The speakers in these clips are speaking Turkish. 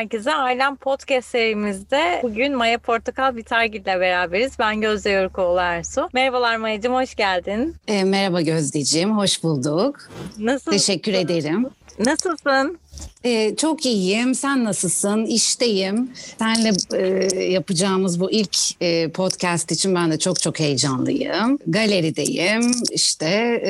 herkese. Ailem Podcast serimizde bugün Maya Portakal Bitergil ile beraberiz. Ben Gözde Yörükoğlu Ersu. Merhabalar Maya'cığım, hoş geldin. Merhaba Gözdeciğim, hoş bulduk. Nasılsın? Teşekkür ederim. Nasılsın? Çok iyiyim. Sen nasılsın? İşteyim. Seninle yapacağımız bu ilk podcast için ben de çok heyecanlıyım. Galerideyim işte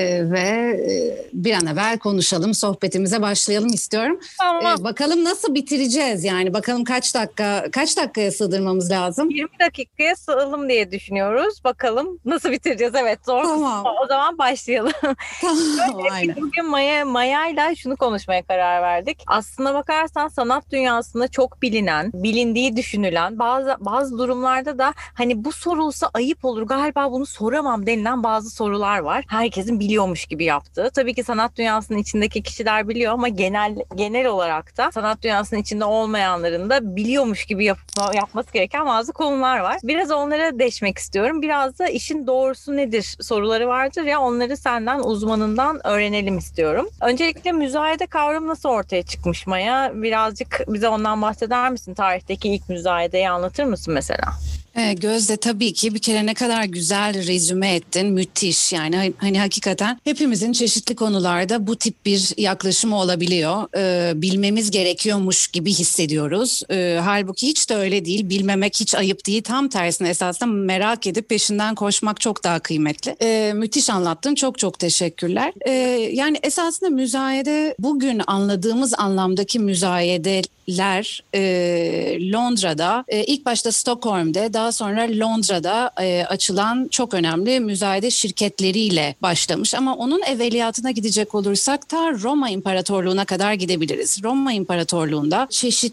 ve bir an evvel konuşalım, sohbetimize başlayalım istiyorum. Tamam. Bakalım nasıl bitireceğiz yani? Bakalım kaç dakikaya sığdırmamız lazım? 20 dakikaya sığalım diye düşünüyoruz. Bakalım nasıl bitireceğiz? Evet, zor. Tamam. O zaman başlayalım. Tamam, aynen. Bugün Maya'yla şunu konuşmaya karar verdik. Aslına bakarsan sanat dünyasında çok bilinen, bilindiği düşünülen bazı durumlarda da hani bu sorulsa ayıp olur, galiba bunu soramam denilen bazı sorular var. Herkesin biliyormuş gibi yaptığı. Tabii ki sanat dünyasının içindeki kişiler biliyor ama genel olarak da sanat dünyasının içinde olmayanların da biliyormuş gibi yapması gereken bazı konular var. Biraz onlara deşmek istiyorum. Biraz da işin doğrusu nedir soruları vardır ya, onları senden, uzmanından öğrenelim istiyorum. Öncelikle müzayede kavramı nasıl ortaya çıkmış Maya? Birazcık bize ondan bahseder misin? Tarihteki ilk müzayedeyi anlatır mısın mesela? Gözde, tabii ki bir kere ne kadar güzel rezüme ettin, müthiş. Yani hani hakikaten hepimizin çeşitli konularda bu tip bir yaklaşımı olabiliyor. Bilmemiz gerekiyormuş gibi hissediyoruz. Halbuki hiç de öyle değil. Bilmemek hiç ayıp değil. Tam tersine esasında merak edip peşinden koşmak çok daha kıymetli. Müthiş anlattın. Çok teşekkürler. Yani esasında müzayede, bugün anladığımız anlamdaki müzayedeler Londra'da, ilk başta Stockholm'de, daha sonra Londra'da açılan çok önemli müzayede şirketleriyle başlamış. Ama onun evveliyatına gidecek olursak ta Roma İmparatorluğu'na kadar gidebiliriz. Roma İmparatorluğu'nda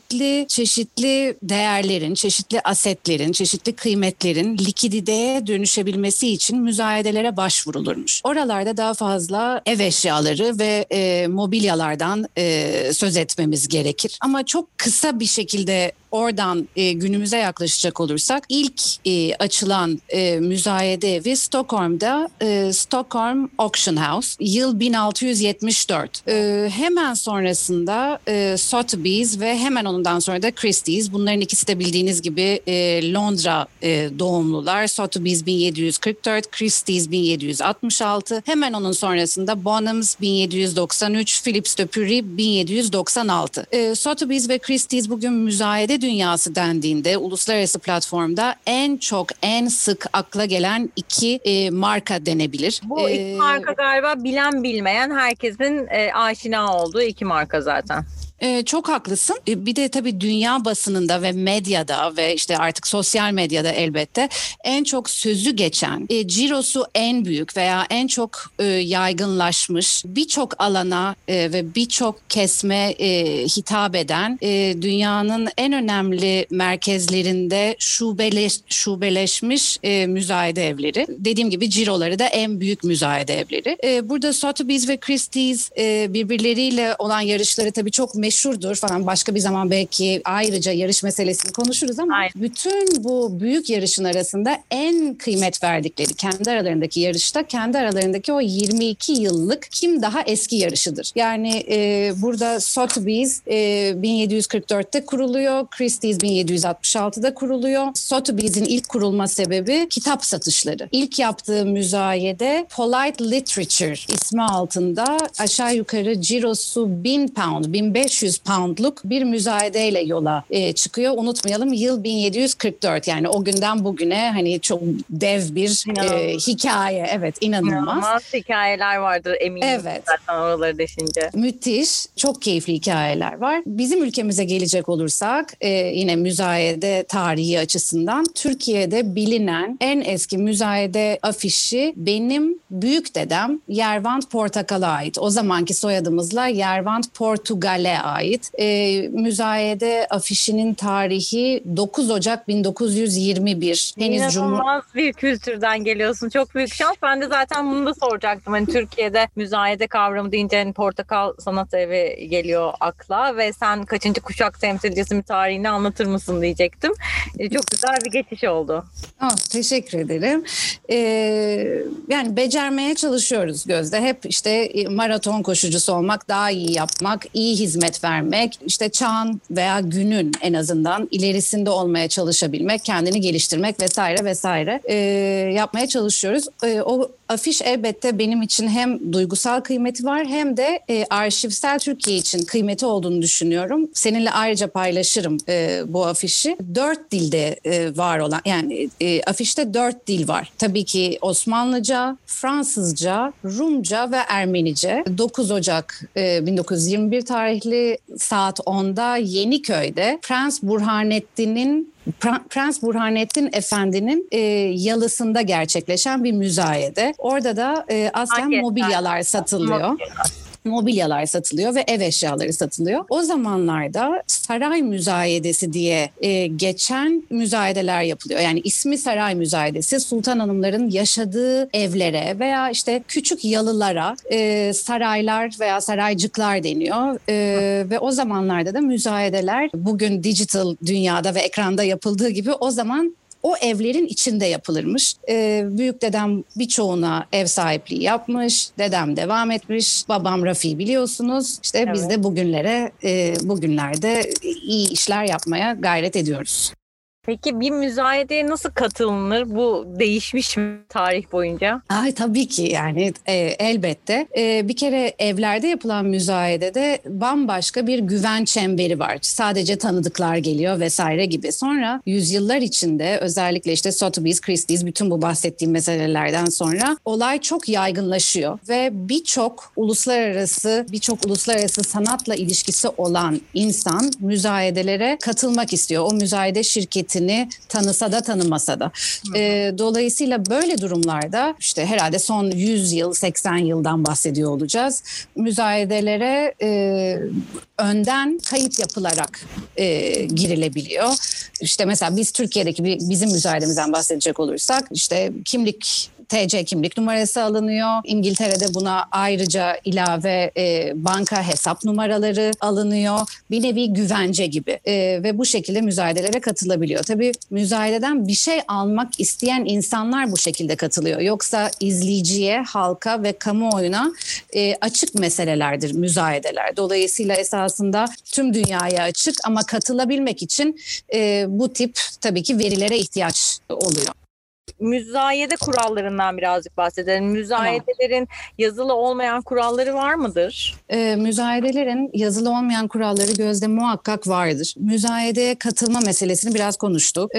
çeşitli değerlerin, çeşitli asetlerin, çeşitli kıymetlerin likiditeye dönüşebilmesi için müzayedelere başvurulurmuş. Oralarda daha fazla ev eşyaları ve mobilyalardan söz etmemiz gerekir. Ama çok kısa bir şekilde oradan günümüze yaklaşacak olursak ilk açılan müzayede evi Stockholm'da Stockholm Auction House, yıl 1674. Hemen sonrasında Sotheby's ve hemen ondan sonra da Christie's, bunların ikisi de bildiğiniz gibi Londra doğumlular. Sotheby's 1744, Christie's 1766. Hemen onun sonrasında Bonhams 1793, Philips de Paris 1796. Sotheby's ve Christie's bugün müzayede dünyası dendiğinde uluslararası platformda en sık akla gelen iki marka denebilir. Bu iki marka galiba bilen bilmeyen herkesin aşina olduğu iki marka zaten. Çok haklısın. Bir de tabii dünya basınında ve medyada ve işte artık sosyal medyada elbette en çok sözü geçen, cirosu en büyük veya en çok yaygınlaşmış, birçok alana ve birçok kesme hitap eden, dünyanın en önemli merkezlerinde şubeleşmiş müzayede evleri. Dediğim gibi ciroları da en büyük müzayede evleri. Burada Sotheby's ve Christie's birbirleriyle olan yarışları tabii çok meşhurdur falan. Başka bir zaman belki ayrıca yarış meselesini konuşuruz ama bütün bu büyük yarışın arasında en kıymet verdikleri kendi aralarındaki yarışta, kendi aralarındaki o 22 yıllık kim daha eski yarışıdır. Yani burada Sotheby's 1744'te kuruluyor, Christie's 1766'da kuruluyor. Sotheby's'in ilk kurulma sebebi kitap satışları. İlk yaptığı müzayede Polite Literature ismi altında aşağı yukarı cirosu 1000 pound, 1500 poundluk bir müzayedeyle yola çıkıyor. Unutmayalım, yıl 1744, yani o günden bugüne hani çok dev bir hikaye. Evet, inanılmaz Hikayeler vardır eminim. Evet. Zaten oraları deşince. Müthiş, çok keyifli hikayeler var. Bizim ülkemize gelecek olursak yine müzayede tarihi açısından Türkiye'de bilinen en eski müzayede afişi benim büyük dedem Yervant Portakal'a ait. O zamanki soyadımızla Yervant Portugal'e ait. Müzayede afişinin tarihi 9 Ocak 1921. İnanılmaz bir kültürden geliyorsun. Çok büyük şans. Ben de zaten bunu da soracaktım. Hani Türkiye'de müzayede kavramı deyince hani Portakal Sanat Evi geliyor akla ve sen kaçıncı kuşak temsilcisi mi tarihini anlatır mısın diyecektim. Çok güzel bir geçiş oldu. Teşekkür ederim. Yani becermeye çalışıyoruz Gözde. Hep işte maraton koşucusu olmak, daha iyi yapmak, iyi hizmet hizmet vermek, işte çağın veya günün en azından ilerisinde olmaya çalışabilmek, kendini geliştirmek vesaire vesaire yapmaya çalışıyoruz. O afiş elbette benim için hem duygusal kıymeti var hem de arşivsel Türkiye için kıymeti olduğunu düşünüyorum. Seninle ayrıca paylaşırım bu afişi. 4 dilde var olan, yani afişte 4 dil var. Tabii ki Osmanlıca, Fransızca, Rumca ve Ermenice. 9 Ocak 1921 tarihli saat 10'da Yeniköy'de Prens Burhanettin Efendi'nin yalısında gerçekleşen bir müzayede. Orada da aslen mobilyalar satılıyor. Mobilyalar satılıyor ve ev eşyaları satılıyor. O zamanlarda saray müzayedesi diye geçen müzayedeler yapılıyor. Yani ismi saray müzayedesi, sultan hanımların yaşadığı evlere veya işte küçük yalılara saraylar veya saraycıklar deniyor. Ve o zamanlarda da müzayedeler bugün dijital dünyada ve ekranda yapıldığı gibi o zaman o evlerin içinde yapılırmış. Büyük dedem birçoğuna ev sahipliği yapmış. Dedem devam etmiş. Babam Rafi biliyorsunuz. İşte evet. Biz de bugünlerde iyi işler yapmaya gayret ediyoruz. Peki bir müzayedeye nasıl katılınır? Bu değişmiş mi tarih boyunca? Tabii ki yani elbette. Bir kere evlerde yapılan müzayedede bambaşka bir güven çemberi var. Sadece tanıdıklar geliyor vesaire gibi. Sonra yüzyıllar içinde özellikle işte Sotheby's, Christie's, bütün bu bahsettiğim meselelerden sonra olay çok yaygınlaşıyor. Ve birçok uluslararası sanatla ilişkisi olan insan müzayedelere katılmak istiyor. O müzayede şirketi tanısa da tanımasa da. Dolayısıyla böyle durumlarda işte herhalde son 100 yıl, 80 yıldan bahsediyor olacağız. Müzayedelere önden kayıt yapılarak girilebiliyor. İşte mesela biz Türkiye'deki bizim müzayedemizden bahsedecek olursak işte TC kimlik numarası alınıyor. İngiltere'de buna ayrıca ilave banka hesap numaraları alınıyor. Bir nevi güvence gibi ve bu şekilde müzayedelere katılabiliyor. Tabii müzayededen bir şey almak isteyen insanlar bu şekilde katılıyor. Yoksa izleyiciye, halka ve kamuoyuna açık meselelerdir müzayedeler. Dolayısıyla esasında tüm dünyaya açık ama katılabilmek için bu tip tabii ki verilere ihtiyaç oluyor. Müzayede kurallarından birazcık bahsedelim. Müzayedelerin yazılı olmayan kuralları var mıdır? Müzayedelerin yazılı olmayan kuralları gözde muhakkak vardır. Müzayedeye katılma meselesini biraz konuştuk.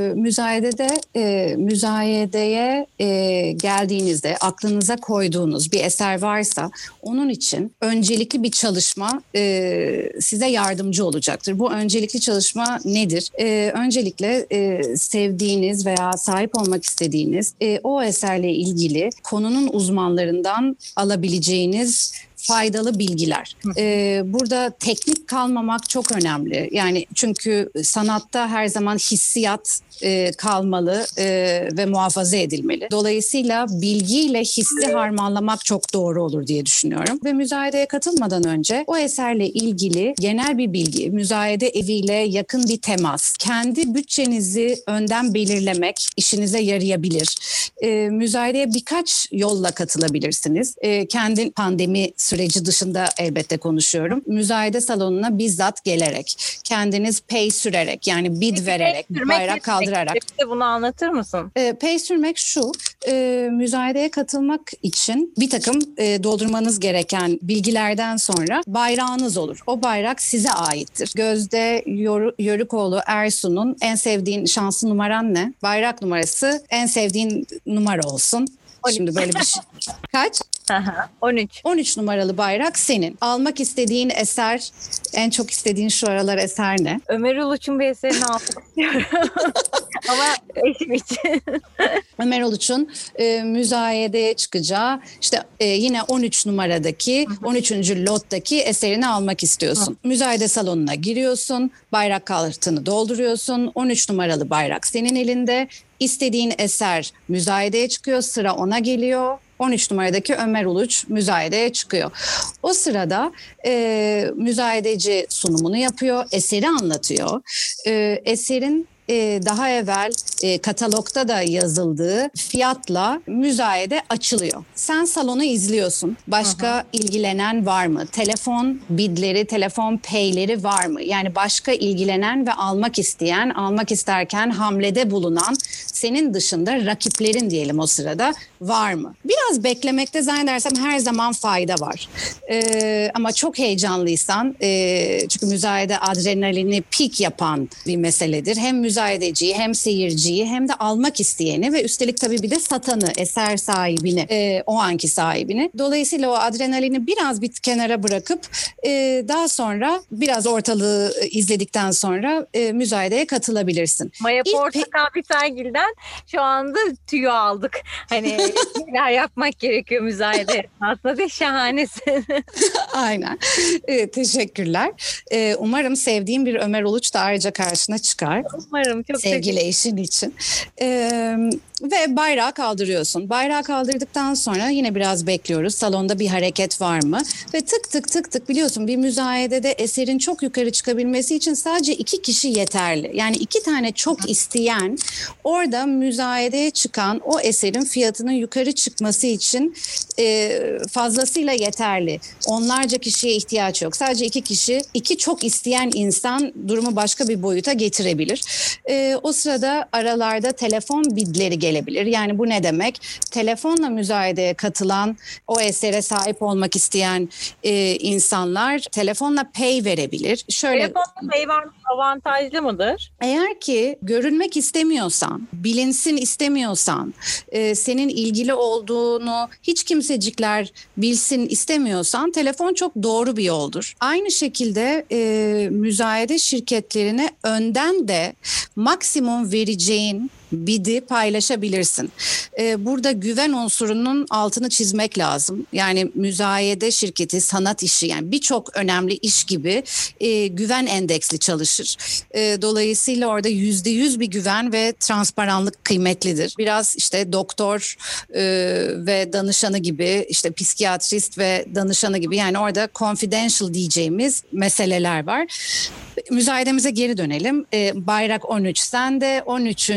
Müzayedeye geldiğinizde aklınıza koyduğunuz bir eser varsa onun için öncelikli bir çalışma size yardımcı olacaktır. Bu öncelikli çalışma nedir? Öncelikle sevdiğiniz veya sahip olmak istediğiniz o eserle ilgili konunun uzmanlarından alabileceğiniz faydalı bilgiler. Burada teknik kalmamak çok önemli. Yani çünkü sanatta her zaman hissiyat kalmalı ve muhafaza edilmeli. Dolayısıyla bilgiyle hissi harmanlamak çok doğru olur diye düşünüyorum. Ve müzayedeye katılmadan önce o eserle ilgili genel bir bilgi, müzayede eviyle yakın bir temas, kendi bütçenizi önden belirlemek işinize yarayabilir. Müzayedeye birkaç yolla katılabilirsiniz. Kendi pandemi süreci dışında elbette konuşuyorum. Müzayede salonuna bizzat gelerek, kendiniz pay sürerek yani bid vererek, bayrak kaldırarak. Bize bunu anlatır mısın? Pay sürmek şu, müzayedeye katılmak için bir takım doldurmanız gereken bilgilerden sonra bayrağınız olur. O bayrak size aittir. Gözde Yörükoğlu Ersun'un en sevdiğin şanslı numaran ne? Bayrak numarası en sevdiğin numara olsun. 12. Şimdi böyle bir şey. Kaç? 13. 13 numaralı bayrak senin. Almak istediğin eser, en çok istediğin şu aralar eser ne? Ömer Uluç'un bir eserini almak istiyorum. Ama eşim için. Ömer Uluç'un müzayedeye çıkacağı işte yine 13 numaradaki 13. lottaki eserini almak istiyorsun. Müzayede salonuna giriyorsun, bayrak kartını dolduruyorsun. 13 numaralı bayrak senin elinde. İstediğin eser müzayedeye çıkıyor, sıra ona geliyor. 13 numaradaki Ömer Uluç müzayedeye çıkıyor. O sırada müzayedeci sunumunu yapıyor, eseri anlatıyor. Eserin daha evvel katalogda da yazıldığı fiyatla müzayede açılıyor. Sen salonu izliyorsun. Başka ilgilenen var mı? Telefon bidleri, telefon payleri var mı? Yani başka ilgilenen ve almak isteyen, almak isterken hamlede bulunan senin dışında rakiplerin diyelim o sırada var mı? Biraz beklemekte zannedersem her zaman fayda var. Ama çok heyecanlıysan çünkü müzayede adrenalini pik yapan bir meseledir. Hem müzayedeciyi hem seyirciyi hem de almak isteyeni ve üstelik tabii bir de satanı, eser sahibini, o anki sahibini. Dolayısıyla o adrenalini biraz bir kenara bırakıp daha sonra biraz ortalığı izledikten sonra müzayedeye katılabilirsin. Maya Portakal Bitergil'den şu anda tüyo aldık. Hani neler yapmak gerekiyor müzayede esnasında de şahanesin. Aynen. Teşekkürler. Umarım sevdiğim bir Ömer Uluç da ayrıca karşına çıkar. Umarım çok sevgili eşin için. Ve bayrağı kaldırıyorsun. Bayrağı kaldırdıktan sonra yine biraz bekliyoruz. Salonda bir hareket var mı? Ve tık tık tık tık biliyorsun bir müzayedede eserin çok yukarı çıkabilmesi için sadece 2 kişi yeterli. Yani 2 tane çok isteyen orada müzayedeye çıkan o eserin fiyatının yukarı çıkması için fazlasıyla yeterli. Onlarca kişiye ihtiyaç yok. Sadece 2 kişi, 2 çok isteyen insan durumu başka bir boyuta getirebilir. O sırada aralarda telefon bidleri gelebilir. Yani bu ne demek? Telefonla müzayedeye katılan, o esere sahip olmak isteyen insanlar telefonla pay verebilir. Telefonla pay vermek avantajlı mıdır? Eğer ki görünmek istemiyorsan, bilinsin istemiyorsan, senin ilgili olduğunu hiç kimsecikler bilsin istemiyorsan telefon çok doğru bir yoldur. Aynı şekilde müzayede şirketlerine önden de maksimum vereceğin bidi paylaşabilirsin. Burada güven unsurunun altını çizmek lazım. Yani müzayede şirketi sanat işi yani birçok önemli iş gibi güven endeksli çalışır. Dolayısıyla orada %100 bir güven ve transparanlık kıymetlidir. Biraz işte doktor ve danışanı gibi işte psikiyatrist ve danışanı gibi yani orada confidential diyeceğimiz meseleler var. Müzayedemize geri dönelim. Bayrak 13 sende, 13.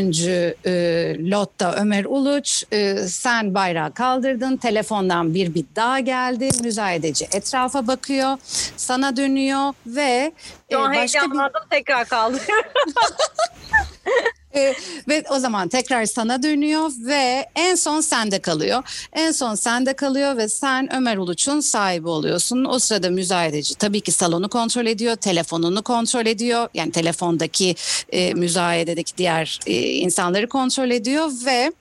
lotta Ömer Uluç. Sen bayrağı kaldırdın, telefondan bir bit daha geldi. Müzayedeci etrafa bakıyor, sana dönüyor ve Şu an başka heyecanlandım tekrar kaldırıyorum. ve o zaman tekrar sana dönüyor ve en son sende kalıyor. En son sende kalıyor ve sen Ömer Uluç'un sahibi oluyorsun. O sırada müzayedeci tabii ki salonu kontrol ediyor, telefonunu kontrol ediyor. Yani telefondaki müzayededeki diğer insanları kontrol ediyor ve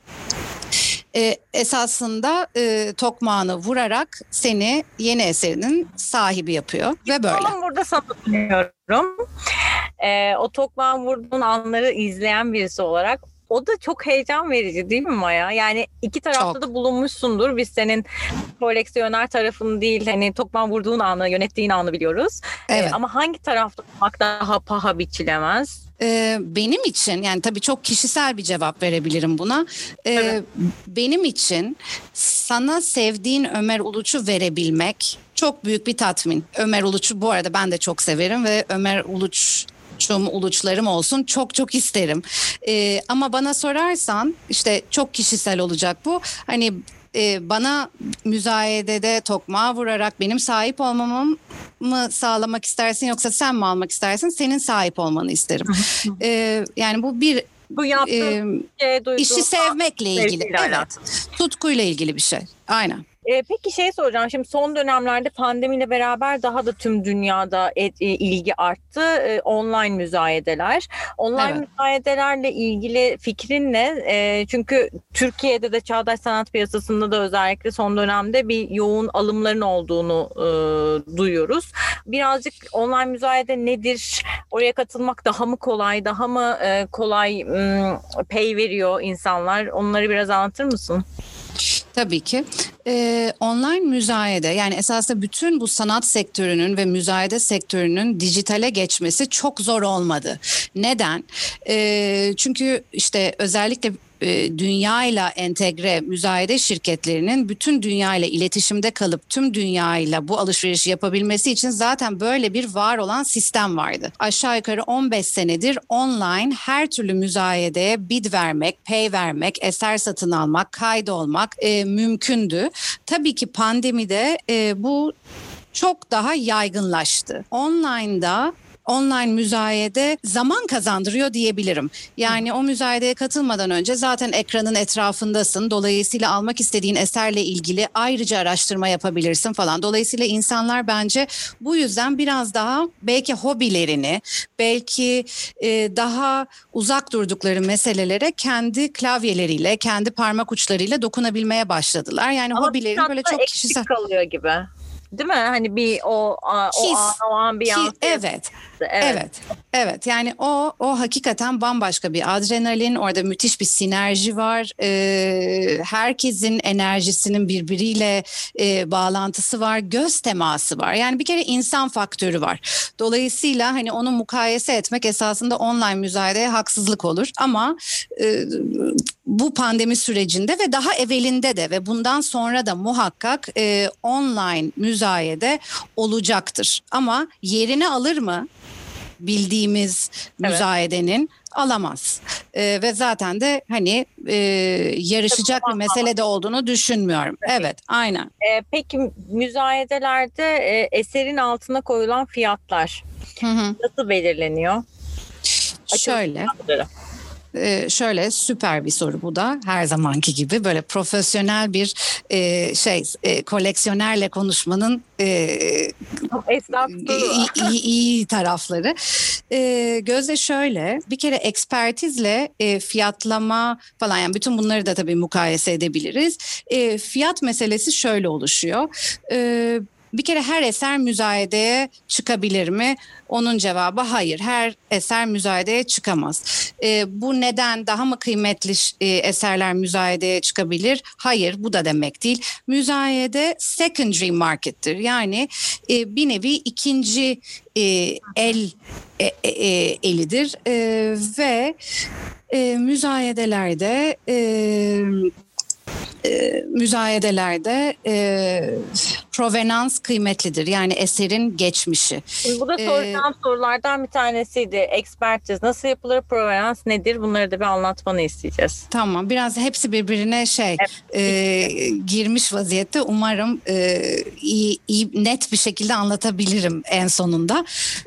esasında tokmağını vurarak seni yeni eserinin sahibi yapıyor ve böyle. Tamam, burada sana dönüyorum. O tokmağın vurduğun anları izleyen birisi olarak o da çok heyecan verici değil mi Maya? Yani iki tarafta Çok. da bulunmuşsundur. Biz senin koleksiyoner tarafını değil hani tokmağın vurduğun anı, yönettiğin anı biliyoruz. Evet. Ama hangi tarafta olmak daha paha biçilemez? Benim için yani tabii çok kişisel bir cevap verebilirim buna. Evet. Benim için sana sevdiğin Ömer Uluç'u verebilmek çok büyük bir tatmin. Ömer Uluç'u bu arada ben de çok severim ve Ömer Uluçlarım olsun çok çok isterim. Ama bana sorarsan işte çok kişisel olacak bu. Hani bana müzayedede tokmağı vurarak benim sahip olmamı mı sağlamak istersin yoksa sen mi almak istersin? Senin sahip olmanı isterim. Yani bu yaptığın işi sevmekle ilgili. Evet. Tutkuyla ilgili bir şey. Aynen. Peki soracağım. Şimdi son dönemlerde pandemiyle beraber daha da tüm dünyada ilgi arttı. Online müzayedeler. Online müzayedelerle ilgili fikrin ne? Çünkü Türkiye'de de çağdaş sanat piyasasında da özellikle son dönemde bir yoğun alımların olduğunu duyuyoruz. Birazcık online müzayede nedir? Oraya katılmak daha mı kolay? Daha mı kolay pay veriyor insanlar? Onları biraz anlatır mısın? Tabii ki. Online müzayede yani esasında bütün bu sanat sektörünün ve müzayede sektörünün dijitale geçmesi çok zor olmadı. Neden? Çünkü işte özellikle dünyayla entegre müzayede şirketlerinin bütün dünyayla iletişimde kalıp tüm dünyayla bu alışverişi yapabilmesi için zaten böyle bir var olan sistem vardı. Aşağı yukarı 15 senedir online her türlü müzayedeye bid vermek, pay vermek, eser satın almak, kaydolmak mümkündü. Tabii ki pandemide bu çok daha yaygınlaştı. Online müzayede zaman kazandırıyor diyebilirim. Yani o müzayedeye katılmadan önce zaten ekranın etrafındasın. Dolayısıyla almak istediğin eserle ilgili ayrıca araştırma yapabilirsin falan. Dolayısıyla insanlar bence bu yüzden biraz daha belki hobilerini, belki daha uzak durdukları meselelere kendi klavyeleriyle, kendi parmak uçlarıyla dokunabilmeye başladılar. Yani Ama hobilerin böyle çok kişisel kalıyor gibi. Değil mi? Hani bir o ambiyans. Evet. Evet. Yani o hakikaten bambaşka bir adrenalin. Orada müthiş bir sinerji var. Herkesin enerjisinin birbiriyle bağlantısı var. Göz teması var. Yani bir kere insan faktörü var. Dolayısıyla hani onu mukayese etmek esasında online müzayedeye haksızlık olur. Ama bu pandemi sürecinde ve daha evvelinde de ve bundan sonra da muhakkak online müzayede olacaktır. Ama yerini alır mı? Bildiğimiz müzayedenin alamaz. Ve zaten de hani yarışacak bir mesele de olduğunu düşünmüyorum. Evet, aynen. Peki müzayedelerde eserin altına koyulan fiyatlar nasıl belirleniyor? Şöyle süper bir soru bu da, her zamanki gibi böyle profesyonel bir koleksiyonerle konuşmanın iyi tarafları. Gözde şöyle, bir kere ekspertizle fiyatlama falan, yani bütün bunları da tabii mukayese edebiliriz. Fiyat meselesi şöyle oluşuyor. Bir kere her eser müzayedeye çıkabilir mi? Onun cevabı hayır. Her eser müzayedeye çıkamaz. Bu neden? Daha mı kıymetli eserler müzayedeye çıkabilir? Hayır, bu da demek değil. Müzayede secondary market'tir. Yani bir nevi ikinci elidir. Ve müzayedelerde provenans kıymetlidir. Yani eserin geçmişi. Bu da soracağım sorulardan bir tanesiydi. Ekspertiz nasıl yapılır? Provenans nedir? Bunları da bir anlatmanı isteyeceğiz. Tamam. Biraz hepsi birbirine girmiş vaziyette. Umarım iyi net bir şekilde anlatabilirim en sonunda.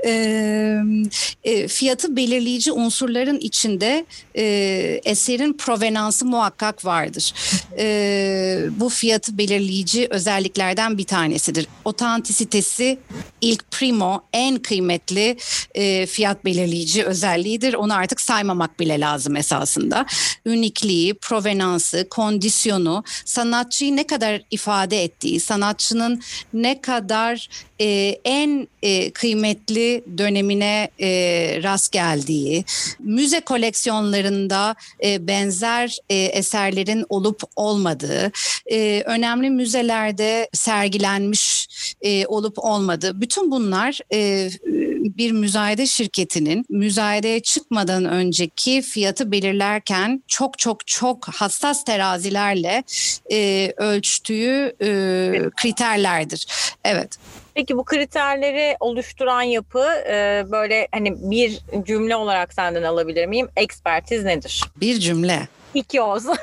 Fiyatı belirleyici unsurların içinde eserin provenansı muhakkak vardır. Bu fiyatı belirleyici özelliklerden bir tanesidir. Otantisitesi ilk primo, en kıymetli fiyat belirleyici özelliğidir. Onu artık saymamak bile lazım esasında. Ünikliği, provenansı, kondisyonu, sanatçıyı ne kadar ifade ettiği, sanatçının ne kadar en kıymetli dönemine rast geldiği, müze koleksiyonlarında benzer eserlerin olup olmadığı, önemli müzelerde sergilenmiş olup olmadığı, bütün bunlar bir müzayede şirketinin müzayedeye çıkmadan önceki fiyatı belirlerken çok hassas terazilerle ölçtüğü kriterlerdir. Evet. Peki bu kriterleri oluşturan yapı böyle hani bir cümle olarak senden alabilir miyim? Ekspertiz nedir? Bir cümle. 2 olsun.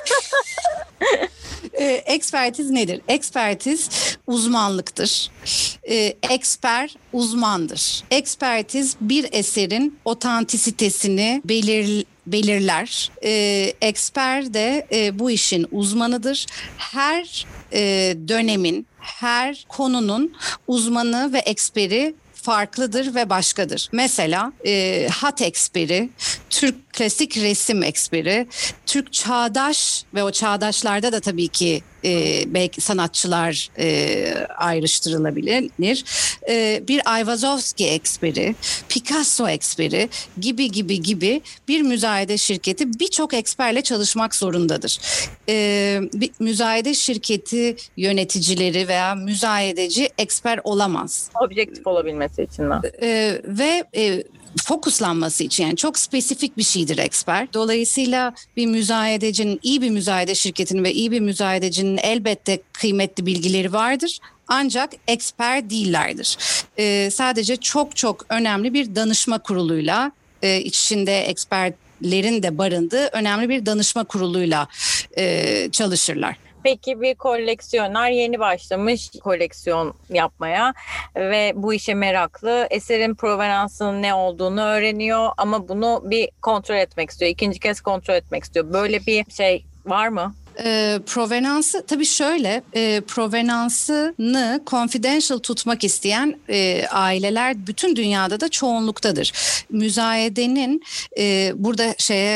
Ekspertiz nedir? Ekspertiz uzmanlıktır. Eksper uzmandır. Ekspertiz bir eserin otantisitesini belirler. Eksper de bu işin uzmanıdır. Her dönemin, her konunun uzmanı ve eksperi farklıdır ve başkadır. Mesela hat eksperi, Türk klasik resim eksperi, Türk çağdaş ve o çağdaşlarda da tabii ki belki sanatçılar ayrıştırılabilir. Bir Ayvazovski eksperi, Picasso eksperi gibi bir müzayede şirketi birçok eksperle çalışmak zorundadır. Bir müzayede şirketi yöneticileri veya müzayedeci eksper olamaz. Objektif olabilmesi için mi? Ve fokuslanması için, yani çok spesifik bir şeydir expert. Dolayısıyla bir müzayedecinin, iyi bir müzayede şirketinin ve iyi bir müzayedecinin elbette kıymetli bilgileri vardır. Ancak expert değillerdir. Sadece çok çok önemli bir danışma kuruluyla, içinde expertlerin de barındığı önemli bir danışma kuruluyla çalışırlar. Peki bir koleksiyoner yeni başlamış koleksiyon yapmaya ve bu işe meraklı. Eserin provenansının ne olduğunu öğreniyor ama bunu bir kontrol etmek istiyor. İkinci kez kontrol etmek istiyor. Böyle bir şey var mı? Provenansı tabii şöyle, provenansını confidential tutmak isteyen aileler bütün dünyada da çoğunluktadır. Müzayedenin burada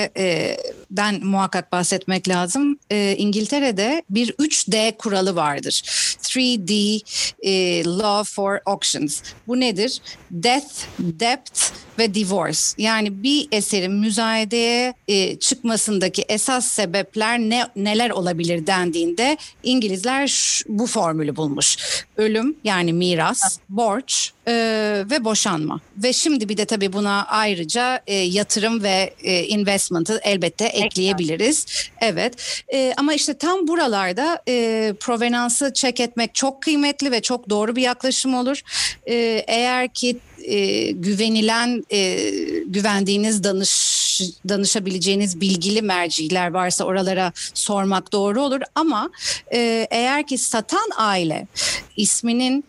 den muhakkak bahsetmek lazım. İngiltere'de bir 3D kuralı vardır. 3D Law for Auctions. Bu nedir? Death, Debt ve Divorce. Yani bir eserin müzayedeye çıkmasındaki esas sebepler neler olabilir dendiğinde İngilizler bu formülü bulmuş. Ölüm, yani miras, borç ve boşanma. Ve şimdi bir de tabii buna ayrıca yatırım ve investment'ı elbette ekleyebiliriz. Evet. Ama işte tam buralarda provenansı check etmek çok kıymetli ve çok doğru bir yaklaşım olur. Eğer ki güvenilen, güvendiğiniz danışabileceğiniz bilgili merciler varsa oralara sormak doğru olur. Ama eğer ki satan aile isminin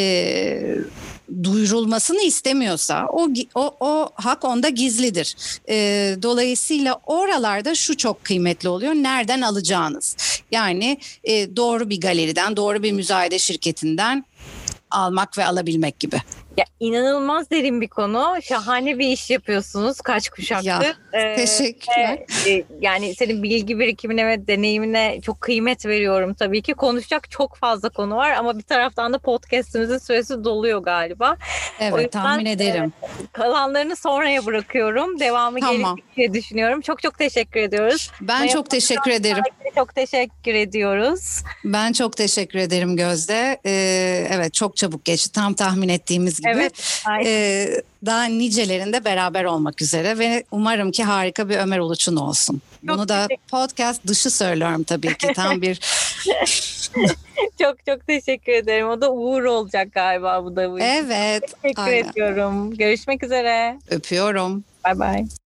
duyurulmasını istemiyorsa o hak onda gizlidir. Dolayısıyla oralarda şu çok kıymetli oluyor: nereden alacağınız. Yani doğru bir galeriden, doğru bir müzayede şirketinden almak ve alabilmek gibi. Ya inanılmaz derin bir konu. Şahane bir iş yapıyorsunuz kaç kuşaktır. Teşekkürler. Yani senin bilgi birikimine ve deneyimine çok kıymet veriyorum tabii ki. Konuşacak çok fazla konu var ama bir taraftan da podcast'imizin süresi doluyor galiba. Evet, o yüzden, tahmin ederim. Kalanlarını sonraya bırakıyorum. Devamı gelecek diye düşünüyorum. Çok çok teşekkür ediyoruz. Ben çok teşekkür ederim. Çok teşekkür ediyoruz. Ben çok teşekkür ederim Gözde. Evet, çok çabuk geçti. Tam tahmin ettiğimiz gibi. Evet. Daha nicelerinde beraber olmak üzere ve umarım ki harika bir Ömer Uluç'un olsun. Bunu da podcast dışı söylüyorum tabii ki. Tam bir çok çok teşekkür ederim. O da uğur olacak galiba bu da. Evet. Teşekkür ediyorum. Görüşmek üzere. Öpüyorum. Bye bye.